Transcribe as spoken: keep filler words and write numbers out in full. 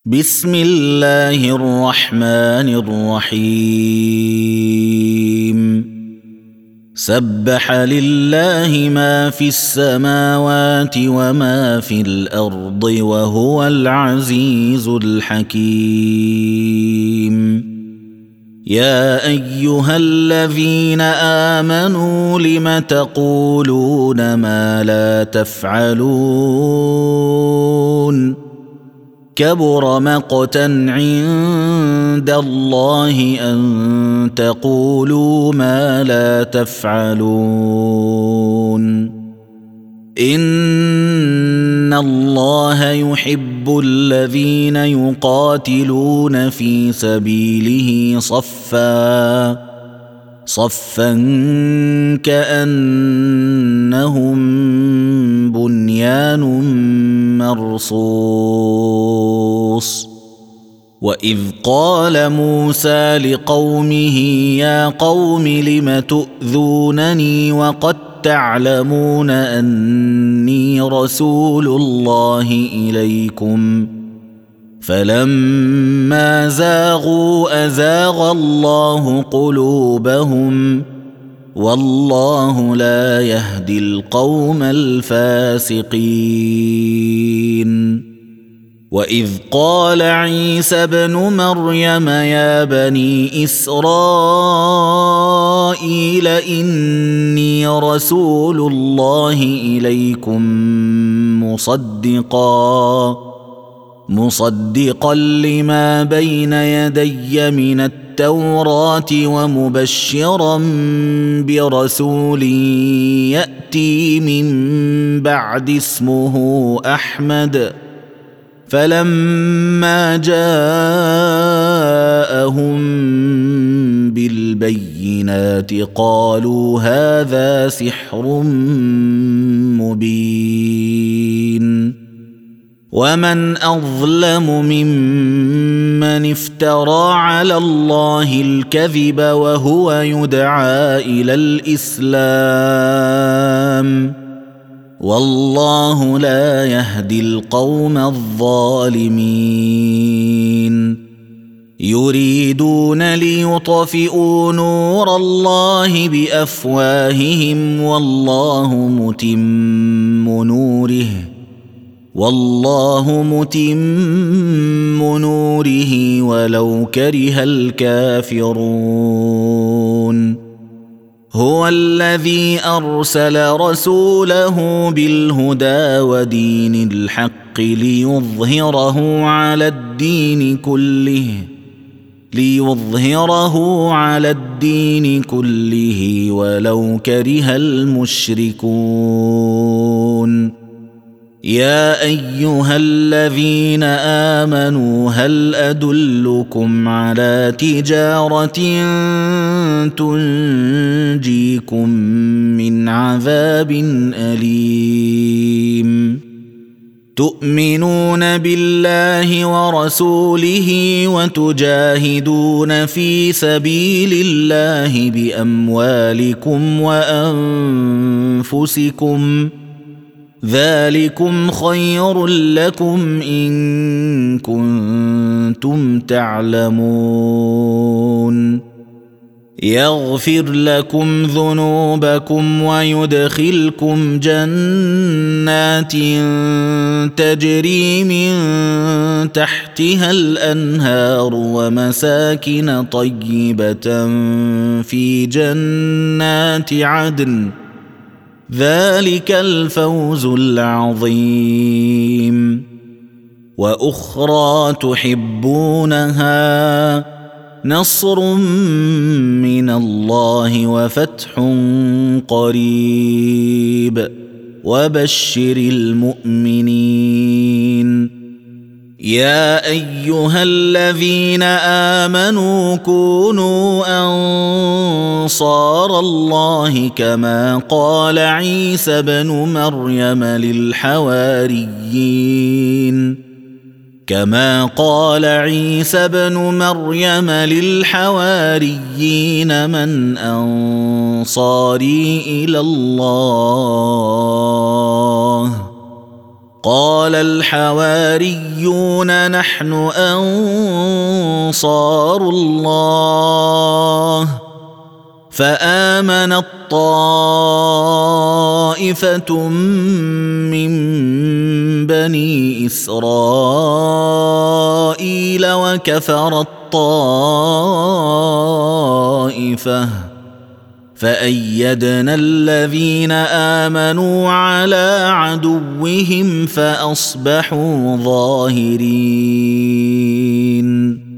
بسم الله الرحمن الرحيم سبح لله ما في السماوات وما في الأرض وهو العزيز الحكيم يا أيها الذين آمنوا لم تقولون ما لا تفعلون كبر مقتا عند الله أن تقولوا ما لا تفعلون إن الله يحب الذين يقاتلون في سبيله صفا صفا كأنهم بنيان مرصوص وإذ قال موسى لقومه يا قوم لم تؤذونني وقد تعلمون أني رسول الله إليكم فلما زاغوا أزاغ الله قلوبهم والله لا يهدي القوم الفاسقين وإذ قال عيسى ابن مريم يا بني إسرائيل إني رسول الله إليكم مصدقا مصدقا لما بين يدي من التوراة ومبشرا برسول يأتي من بعد اسمه أحمد فلما جاءهم بالبينات قالوا هذا سحر مبين ومن أظلم ممن افترى على الله الكذب وهو يدعى إلى الإسلام والله لا يهدي القوم الظالمين يريدون ليطفئوا نور الله بأفواههم والله متم نوره والله متم نوره ولو كره الكافرون هو الذي أرسل رسوله بالهدى ودين الحق ليظهره على الدين كله ليظهره على الدين كله ولو كره المشركون يا أيها الذين آمنوا هل أدلكم على تجارة تنجيكم من عذاب أليم تؤمنون بالله ورسوله وتجاهدون في سبيل الله بأموالكم وأنفسكم ذلكم خير لكم إن كنتم تعلمون يغفر لكم ذنوبكم ويدخلكم جنات تجري من تحتها الأنهار ومساكن طيبة في جنات عدن ذلك الفوز العظيم وأخرى تحبونها نصر من الله وفتح قريب وبشر المؤمنين يا أيها الذين آمنوا كونوا أنصار الله كما قال عيسى ابن مريم للحواريين كما قال عيسى ابن مريم للحواريين من أنصاري إلى الله قال الحواريون نحن أنصار الله فآمنت طائفة من بني إسرائيل وكفرت طائفة فأيدنا الذين آمنوا على عدوهم فأصبحوا ظاهرين